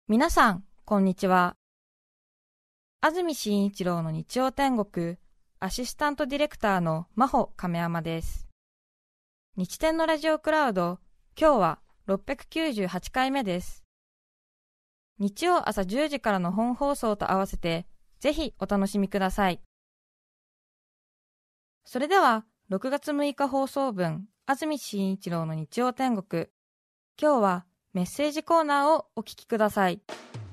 皆さん、こんにちは。安住紳一郎の日曜天国、アシスタントディレクターの真帆亀山です。日天のラジオクラウド、今日は698回目です。日曜朝10時からの本放送と合わせて、ぜひお楽しみください。それでは、6月6日放送分、安住紳一郎の日曜天国、今日はメッセージコーナーをお聞きください。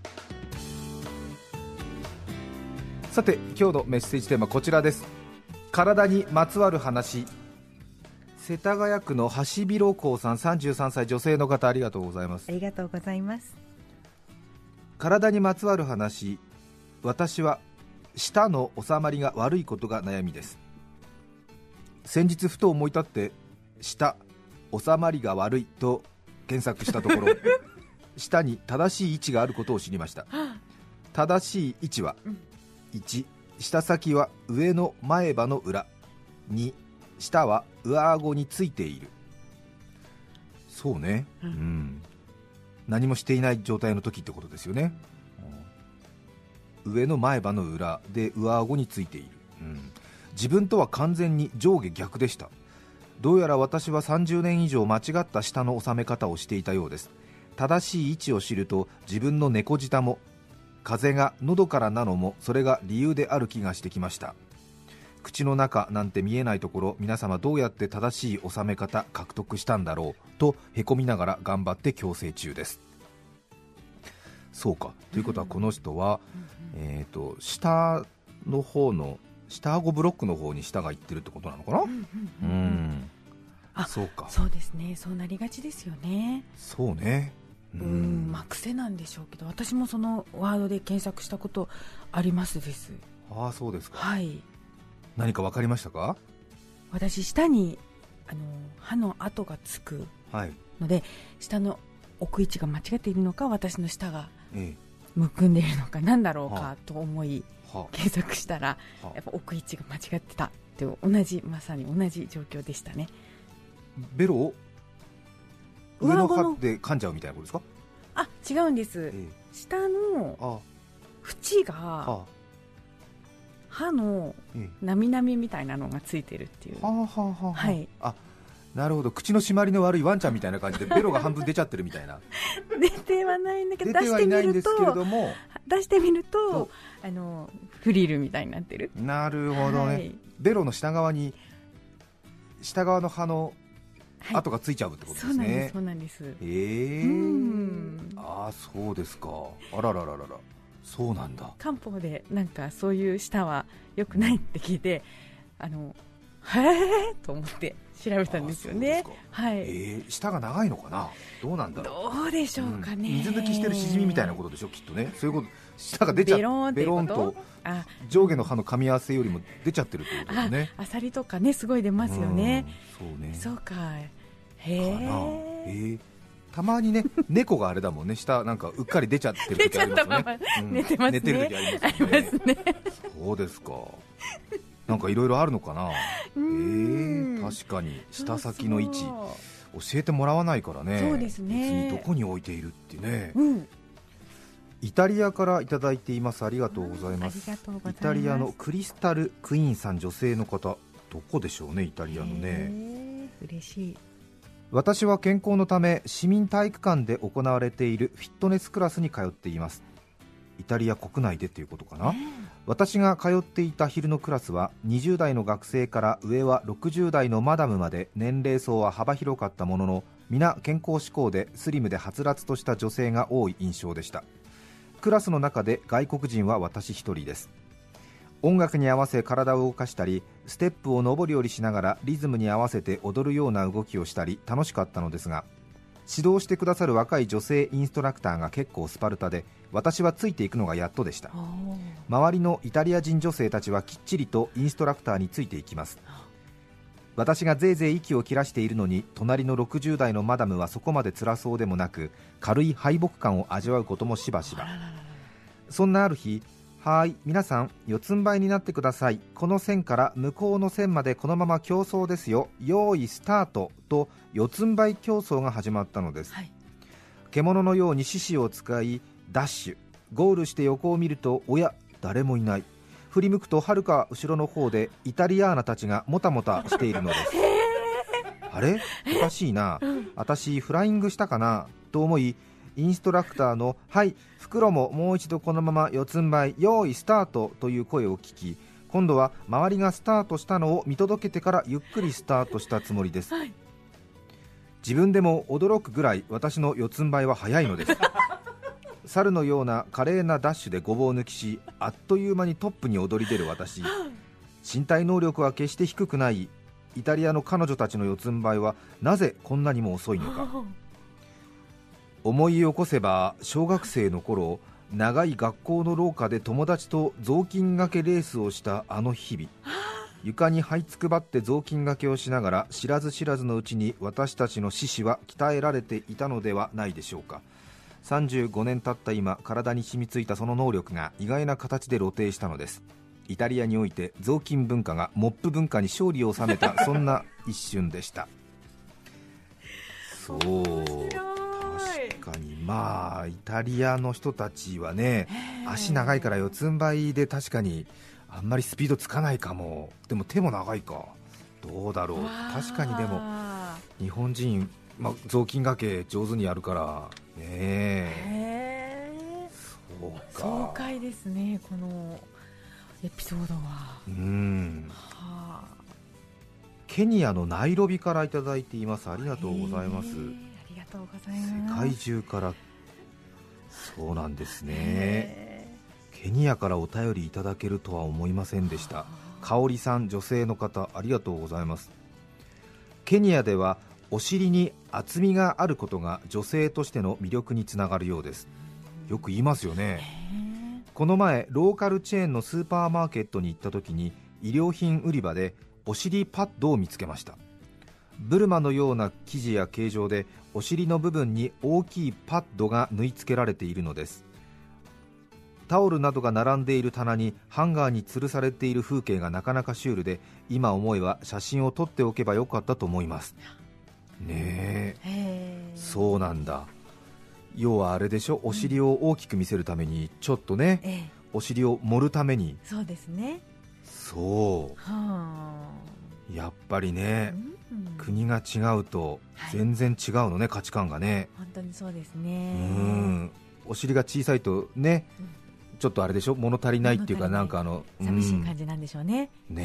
さて今日のメッセージテーマこちらです。体にまつわる話。世田谷区の橋広子さん、33歳女性の方、ありがとうございます。 ありがとうございます。 体にまつわる話。私は舌の収まりが悪いことが悩みです。先日ふと思い立って舌収まりが悪いと検索したところ舌に正しい位置があることを知りました。正しい位置は、1、舌先は上の前歯の裏。2、舌は上顎についている。そうね、何もしていない状態の時ってことですよね。上の前歯の裏で上顎についている、自分とは完全に上下逆でした。どうやら私は30年以上間違った舌の収め方をしていたようです。正しい位置を知ると自分の猫舌も風が喉からなのもそれが理由である気がしてきました。口の中なんて見えないところ、皆様どうやって正しい収め方獲得したんだろうとへこみながら頑張って矯正中です。そうか、ということはこの人は、下の方の下顎ブロックの方に舌がいってるってことなのかな。 あ、 そうか、 そうですね、そうなりがちですよね。 そうね、 癖なんでしょうけど、私もそのワードで検索したことありますです。 ああ、そうですか。 はい。 何か分かりましたか。 私、舌に歯の跡がつくので、舌の置く位置が間違っているのか、私の舌がむくんでいるのか、何だろうかと思い、検索したら、やっぱ置く位置が間違ってたってまさに同じ状況でしたね。 ベロを上の歯で噛んじゃうみたいなことですか。 あ、違うんです、下の縁が歯のなみなみみたいなのがついてるっていう。はい。 あ、なるほど。口の締まりの悪いワンちゃんみたいな感じでベロが半分出ちゃってるみたいな。 出てはないんだけど、 出てはいないんですけれども、 出してみるとフリルみたいになってる。 なるほどね、はい、ベロの下側に下側の歯の跡がついちゃうってことですね。 そうなんです。 ああ、そうですか。あららららら、そうなんだ。 漢方でなんかそういう舌は良くないって聞いて、へえと思って調べたんですよね。はい。 舌が長いのかな、どうなんだろう。 どうでしょうかね。 水抜きしてるしじみみたいなことでしょ、きっとね。そういうこと、舌が出ちゃってベロンと上下の歯の噛み合わせよりも出ちゃってるってことですね。 アサリとかね、すごい出ますよね。 そうね。 そうか。 たまにね、猫があれだもんね、下なんかうっかり出ちゃってる時ありますよね。 寝てますね。 寝てる時ありますよね。そうですか。なんかいろいろあるのかな。確かに舌先の位置教えてもらわないからね。 そうですね。 別にどこに置いているってね。イタリアからいただいています。ありがとうございます。イタリアのクリスタルクイーンさん、女性の方。どこでしょうね、イタリアのね。 嬉しい。 私は健康のため市民体育館で行われているフィットネスクラスに通っています。イタリア国内でということかな。私が通っていた昼のクラスは20代の学生から上は60代のマダムまで年齢層は幅広かったものの、皆健康志向でスリムではつらつとした女性が多い印象でした。クラスの中で外国人は私一人です。音楽に合わせ体を動かしたり、ステップを上り下りしながらリズムに合わせて踊るような動きをしたり楽しかったのですが、指導してくださる若い女性インストラクターが結構スパルタで、私はついていくのがやっとでした。周りのイタリア人女性たちはきっちりとインストラクターについていきます。私がぜいぜい息を切らしているのに、隣の60代のマダムはそこまで辛そうでもなく、軽い敗北感を味わうこともしばしば。そんなある日、はい、皆さん四つん這いになってください、この線から向こうの線までこのまま競争ですよ、用意スタートと四つん這い競争が始まったのです。獣のように獅子を使い、 ダッシュ、ゴールして横を見るとおや誰もいない、振り向くとはるか後ろの方でイタリアーナたちがもたもたしているのです。あれおかしいな、私フライングしたかなと思い、インストラクターのはい袋ももう一度このまま四つん這い用意スタートという声を聞き、今度は周りがスタートしたのを見届けてからゆっくりスタートしたつもりです、はい、自分でも驚くぐらい私の四つん這いは速いのです猿のような華麗なダッシュでごぼう抜きし、あっという間にトップに躍り出る私。身体能力は決して低くないイタリアの彼女たちの四つん這いはなぜこんなにも遅いのか。思い起こせば小学生の頃、長い学校の廊下で友達と雑巾がけレースをしたあの日々、床に這いつくばって雑巾がけをしながら、知らず知らずのうちに私たちの四肢は鍛えられていたのではないでしょうか。35年経った今、体に染みついたその能力が意外な形で露呈したのです。イタリアにおいて雑巾文化がモップ文化に勝利を収めたそんな一瞬でしたそう、確かにまあイタリアの人たちはね、足長いから四つん這いで確かにあんまりスピードつかないかも。でも手も長いか、どうだろう。確かにでも日本人、雑巾がけ上手にやるからね。そうか、 爽快ですね、このエピソードは。 ケニアのナイロビからいただいています。ありがとうございます。 ありがとうございます。 世界中から。そうなんですね。ケニアからお便りいただけるとは思いませんでした。かおりさん、女性の方、ありがとうございます。ケニアではお尻に厚みがあることが女性としての魅力につながるようです。よく言いますよね。この前ローカルチェーンのスーパーマーケットに行った時に、衣料品売り場でお尻パッドを見つけました。ブルマのような生地や形状でお尻の部分に大きいパッドが縫い付けられているのです。タオルなどが並んでいる棚にハンガーに吊るされている風景がなかなかシュールで、今思えば写真を撮っておけばよかったと思いますね。そうなんだ。要はあれでしょ、お尻を大きく見せるためにちょっとね、お尻を盛るために。 そうですね。 そう、やっぱりね、国が違うと全然違うのね、価値観がね。 本当にそうですね。 お尻が小さいとね、ちょっとあれでしょ、物足りないっていうか、なんか寂しい感じなんでしょうね。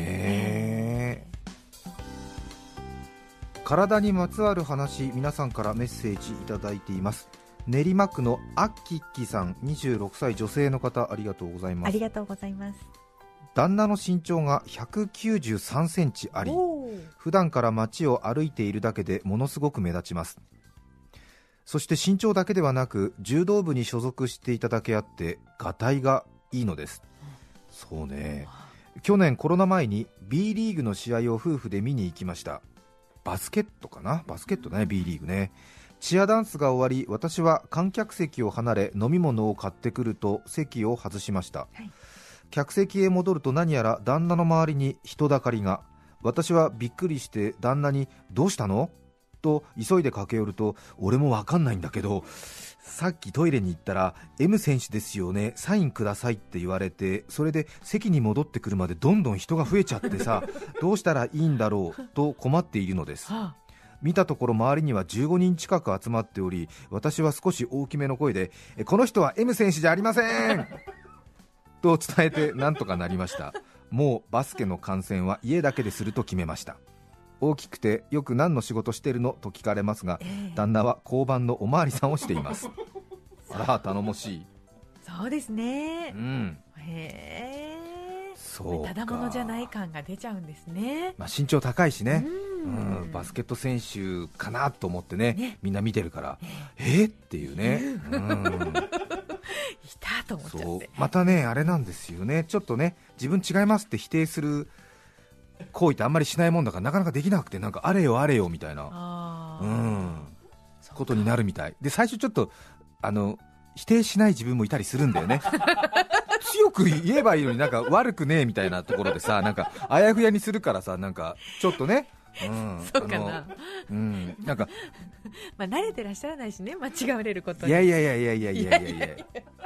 体にまつわる話、皆さんからメッセージいただいています。練馬区のあっきっきさん、26歳女性の方、ありがとうございます。 ありがとうございます。 旦那の身長が193センチあり、普段から街を歩いているだけでものすごく目立ちます。そして身長だけではなく柔道部に所属していただけあってがたいがいいのです。そうね、去年コロナ前に B リーグの試合を夫婦で見に行きました。バスケットかな、バスケットね、 B リーグね。チアダンスが終わり、私は観客席を離れ飲み物を買ってくると席を外しました、客席へ戻ると何やら旦那の周りに人だかりが。私はびっくりして旦那にどうしたのと急いで駆け寄ると、俺もわかんないんだけどさっきトイレに行ったら M 選手ですよね、サインくださいって言われて、それで席に戻ってくるまでどんどん人が増えちゃってさどうしたらいいんだろうと困っているのです。見たところ周りには15人近く集まっており、私は少し大きめの声で、この人は M 選手じゃありませんと伝えてなんとかなりました。もうバスケの観戦は家だけですると決めました。大きくてよく何の仕事してるのと聞かれますが、旦那は交番のおまわりさんをしています。あら頼もしい。 そうですね、 そうか、 ただものじゃない感が出ちゃうんですね。 身長高いしね、バスケット選手かなと思ってね、みんな見てるから、っていうね、 いたと思っちゃって。そうまたね、あれなんですよね、ちょっとね、自分違いますって否定する行為ってあんまりしないもんだから、なかなかできなくて、なんかあれよあれよみたいなことになるみたいで、最初ちょっと否定しない自分もいたりするんだよね強く言えばいいのに、なんか悪くねえみたいなところでさ、なんかあやふやにするからさ、なんかちょっとね、 そうかな、 なんか慣れてらっしゃらないしね、間違われることに。 いや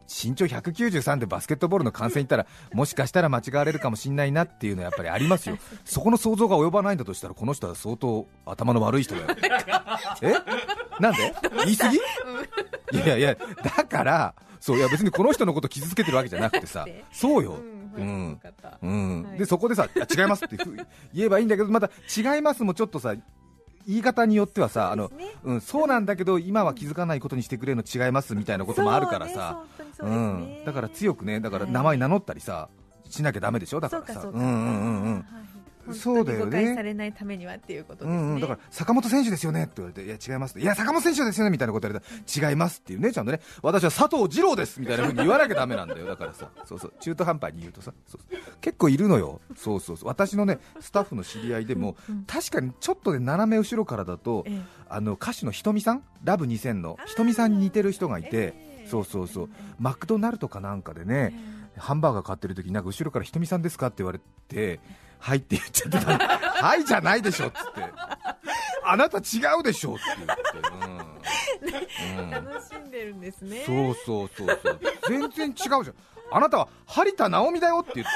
身長193でバスケットボールの観戦行ったらもしかしたら間違われるかもしれないなっていうのはやっぱりありますよ。そこの想像が及ばないんだとしたらこの人は相当頭の悪い人だよ。なんで言い過ぎ？いやだからそういや別にこの人のこと傷つけてるわけじゃなくてさ、そうよ、でそこでさ違いますって言えばいいんだけど、また違いますもちょっとさ言い方によってはさ、そうなんだけど今は気づかないことにしてくれの違いますみたいなこともあるからさ、だから強くね、だから名前名乗ったりさしなきゃダメでしょ。だからさ、 そうだよね、誤解されないためにはっていうことですね。 だから坂本選手ですよねって言われて、いや違います、いや坂本選手ですよねみたいなこと言われたら違いますっていうね、ちゃんとね、私は佐藤二郎ですみたいな風に言わなきゃダメなんだよ。だからさ、そう中途半端に言うとさ、結構いるのよ。そう私のねスタッフの知り合いでも、確かにちょっとで斜め後ろからだと、歌手のひとみさん、ラブ2000のひとみさんに似てる人がいて、そうマクドナルドかなんかでね、ハンバーガー買ってる時になんか後ろからひとみさんですかって言われて、はいって言っちゃってたはいじゃないでしょっつって、あなた違うでしょって言って、 楽しんでるんですね。 そう全然違うじゃん、あなたは張田直美だよって言って、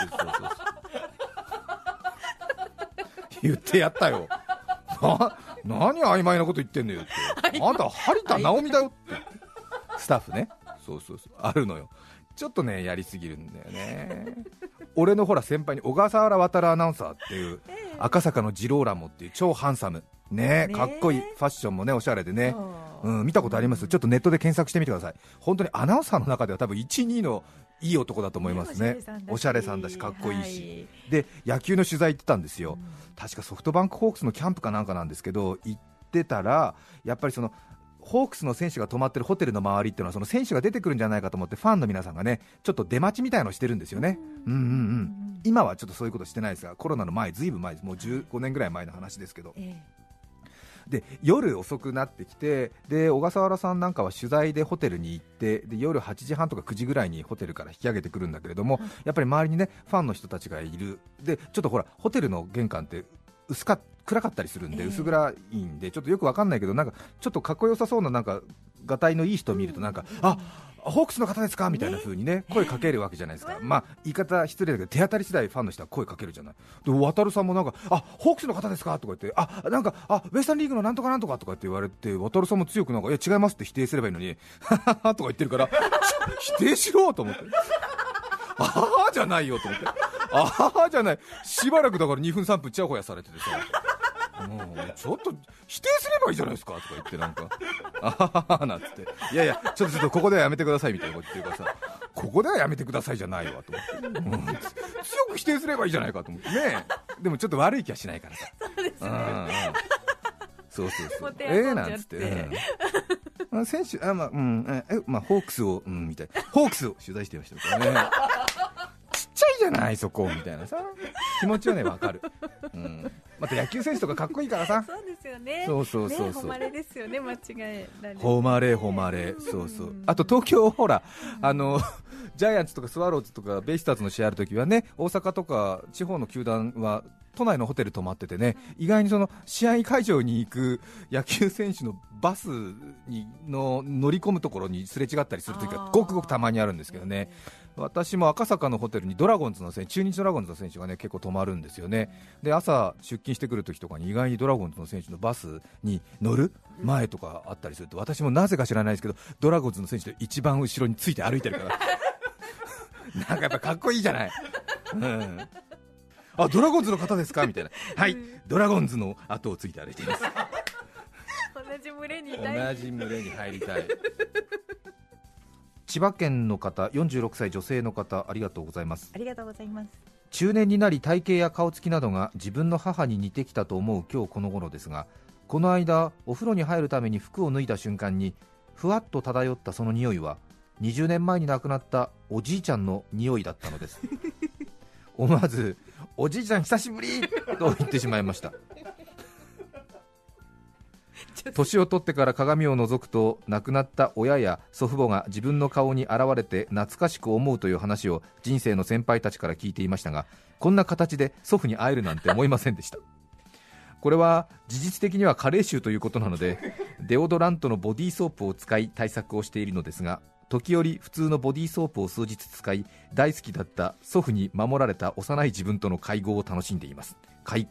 言ってやったよ。何曖昧なこと言ってんのよって、あなたは張田直美だよってスタッフね、そうあるのよ。ちょっとねやりすぎるんだよね。俺のほら先輩に小笠原渉アナウンサーっていう、赤坂のジローラモっていう超ハンサムね、かっこいい、ファッションもねおしゃれでね、見たことあります。ちょっとネットで検索してみてください。本当にアナウンサーの中では多分 1,2 のいい男だと思いますね。おしゃれさんだしかっこいいし、で野球の取材行ってたんですよ。確かソフトバンクホークスのキャンプかなんかなんですけど、行ってたらやっぱりそのホークスの選手が泊まってるホテルの周りっていうのはその選手が出てくるんじゃないかと思って、ファンの皆さんがねちょっと出待ちみたいのをしてるんですよね。今はちょっとそういうことしてないですが、コロナの前、ずいぶん前です、もう15年ぐらい前の話ですけど、で夜遅くなってきて、で小笠原さんなんかは取材でホテルに行って、で夜8時半とか9時ぐらいにホテルから引き上げてくるんだけれども、やっぱり周りにねファンの人たちがいる。でちょっとほらホテルの玄関って暗かったりするんで、薄暗いんでちょっとよくわかんないけど、なんかちょっとかっこよさそうな、なんかがたいのいい人を見ると、なんかホークスの方ですかみたいな風にね声かけるわけじゃないですか。まあ言い方失礼だけど手当たり次第ファンの人は声かけるじゃない。で渡さんもなんかホークスの方ですかとか言って、なんかウエスタンリーグのなんとかなんとかとかって言われて、渡さんも強くなんかいや違いますって否定すればいいのにはははとか言ってるから否定しろと思って、じゃないよと思って、じゃない、しばらくだから2分3分チヤホヤされててさ、ちょっと否定すればいいじゃないですかとか言って、なんかなんつって、いやちょっとここではやめてくださいみたいなこと言ってるからさ、ここではやめてくださいじゃないわと思って、強く否定すればいいじゃないかと思ってね。でもちょっっと悪い気はしないからさ。 そうですね。 そうなんつって、選手ホークスをみたいな、ホークスを取材してましたからね。ちっちゃいじゃないそこみたいなさ、気持ちはね分かる。また野球選手とかかっこいいからさ。 そうですよね。 そう誉れですよね、間違えられる。 誉れ、そう。あと東京ほらジャイアンツとかスワローズとかベイスターズの試合あるときはね、大阪とか地方の球団は都内のホテル泊まっててね、意外にその試合会場に行く野球選手のバスに乗り込むところにすれ違ったりするときはごくごくたまにあるんですけどね。私も赤坂のホテルにドラゴンズの選手、中日ドラゴンズの選手がね結構泊まるんですよね。で朝出勤してくるときとかに意外にドラゴンズの選手のバスに乗る前とかあったりすると、私もなぜか知らないですけどドラゴンズの選手と一番後ろについて歩いてるからなんかやっぱかっこいいじゃない。ドラゴンズの方ですかみたいな。はい、ドラゴンズの後をついて歩いています。 同じ群れに入りたい。千葉県の方、46歳女性の方、ありがとうございます。 ありがとうございます。 中年になり体型や顔つきなどが自分の母に似てきたと思う今日この頃ですが、この間お風呂に入るために服を脱いだ瞬間にふわっと漂ったその匂いは20年前に亡くなったおじいちゃんの匂いだったのです。思わずおじいちゃん久しぶりと言ってしまいました。年を取ってから鏡を覗くと亡くなった親や祖父母が自分の顔に現れて懐かしく思うという話を人生の先輩たちから聞いていましたが、こんな形で祖父に会えるなんて思いませんでした。これは事実的には加齢臭ということなのでデオドラントのボディーソープを使い対策をしているのですが、 時折普通のボディーソープを数日使い、大好きだった祖父に守られた幼い自分との開口を楽しんでいます。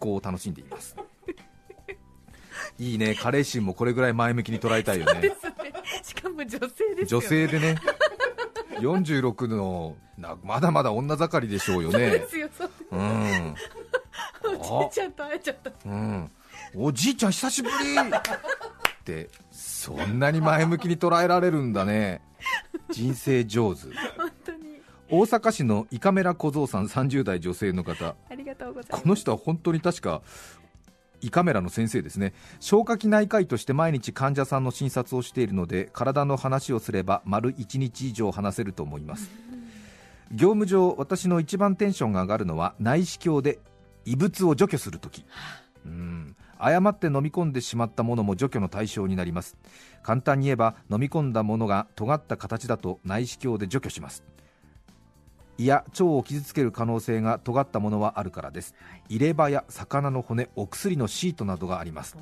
いいね、加齢心もこれぐらい前向きに捉えたいよね。 そうですね、しかも女性ですよね。 女性でね46のまだまだ女盛りでしょうよね。 そうですよ、そうです、おじいちゃんと会えちゃった、 おじいちゃん久しぶりってそんなに前向きに捉えられるんだね。人生上手。 本当に。 大阪市のイカメラ小僧さん、30代女性の方。 ありがとうございます。 この人は本当に確か胃カメラの先生ですね。消化器内科医として毎日患者さんの診察をしているので、体の話をすれば丸1日以上話せると思います。業務上私の一番テンションが上がるのは内視鏡で異物を除去するとき。誤って飲み込んでしまったものも除去の対象になります。簡単に言えば、飲み込んだものが尖った形だと内視鏡で除去します。胃や腸を傷つける可能性が尖ったものはあるからです。入れ歯や魚の骨、お薬のシートなどがあります。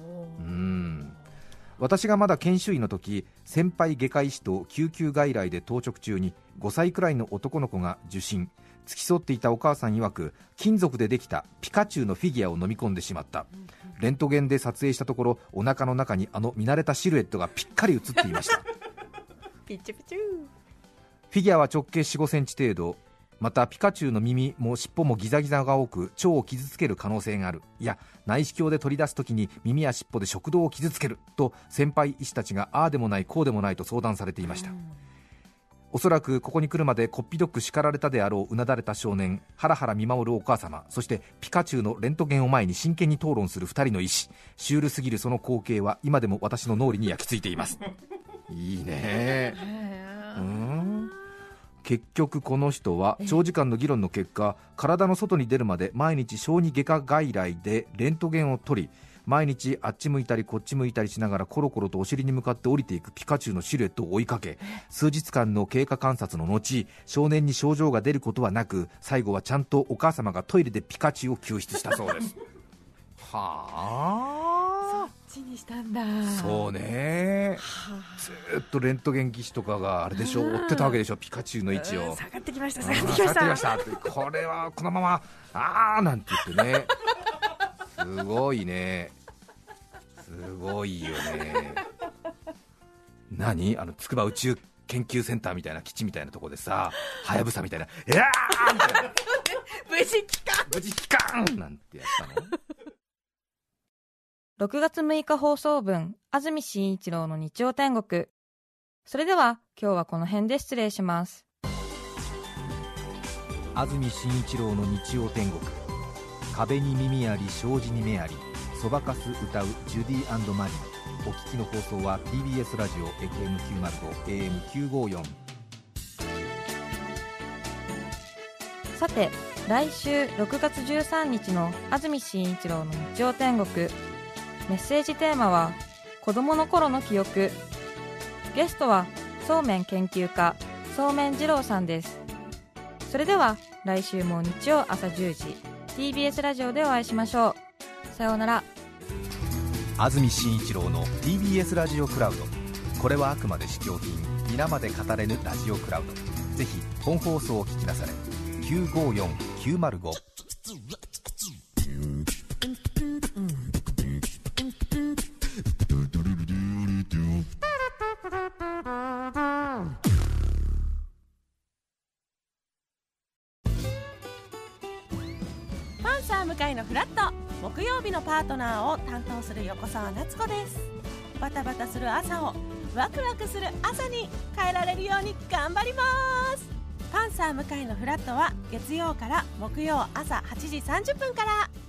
私がまだ研修医の時、先輩外科医師と救急外来で当直中に5歳くらいの男の子が受診。付き添っていたお母さん曰く、金属でできたピカチュウのフィギュアを飲み込んでしまった。レントゲンで撮影したところ、お腹の中にあの見慣れたシルエットがぴっかり映っていました。 ピチュピチュ。 フィギュアは直径 4,5 センチ程度。またピカチュウの耳も尻尾もギザギザが多く、腸を傷つける可能性がある。いや、内視鏡で取り出すときに耳や尻尾で食道を傷つけると先輩医師たちがああでもないこうでもないと相談されていました。おそらくここに来るまでこっぴどく叱られたであろううなだれた少年、ハラハラ見守るお母様、そしてピカチュウのレントゲンを前に真剣に討論する2人の医師。シュールすぎるその光景は今でも私の脳裏に焼き付いています。いいね。結局この人は長時間の議論の結果、体の外に出るまで毎日小児外科外来でレントゲンを取り、毎日あっち向いたりこっち向いたりしながらコロコロとお尻に向かって降りていくピカチュウのシルエットを追いかけ、数日間の経過観察の後、少年に症状が出ることはなく、最後はちゃんとお母様がトイレでピカチュウを救出したそうです。はあ、 そっちにしたんだ。 そうね、ずっとレントゲン技師とかがあれでしょ、追ってたわけでしょ、ピカチュウの位置を。 下がってきました、下がってきました、 これはこのままあーなんて言ってね。すごいね、すごいよね。何、筑波宇宙研究センターみたいな基地みたいなところでさ、はやぶさみたいな、みたいな無事帰還なんてやったの。 6月6日放送分、安住紳一郎の日曜天国。それでは今日はこの辺で失礼します。 安住紳一郎の日曜天国。壁に耳あり、障子に目あり、そばかす歌うジュディ&マリー。お聞きの放送は TBS ラジオ FM905 AM954。 さて、来週6月13日の安住紳一郎の日曜天国、メッセージテーマは子どもの頃の記憶。ゲストはそうめん研究家そうめん二郎さんです。それでは来週も日曜朝10時 TBS ラジオでお会いしましょう。さようなら。 安住紳一郎の TBS ラジオクラウド。これはあくまで試供品、皆まで語れぬラジオクラウド。ぜひ本放送を聞きなされ。954905。 パンサー向かいのフラット、木曜日のパートナーを担当する横澤夏子です。バタバタする朝をワクワクする朝に変えられるように頑張ります。パンサー向かいのフラットは月曜から木曜朝8時30分から。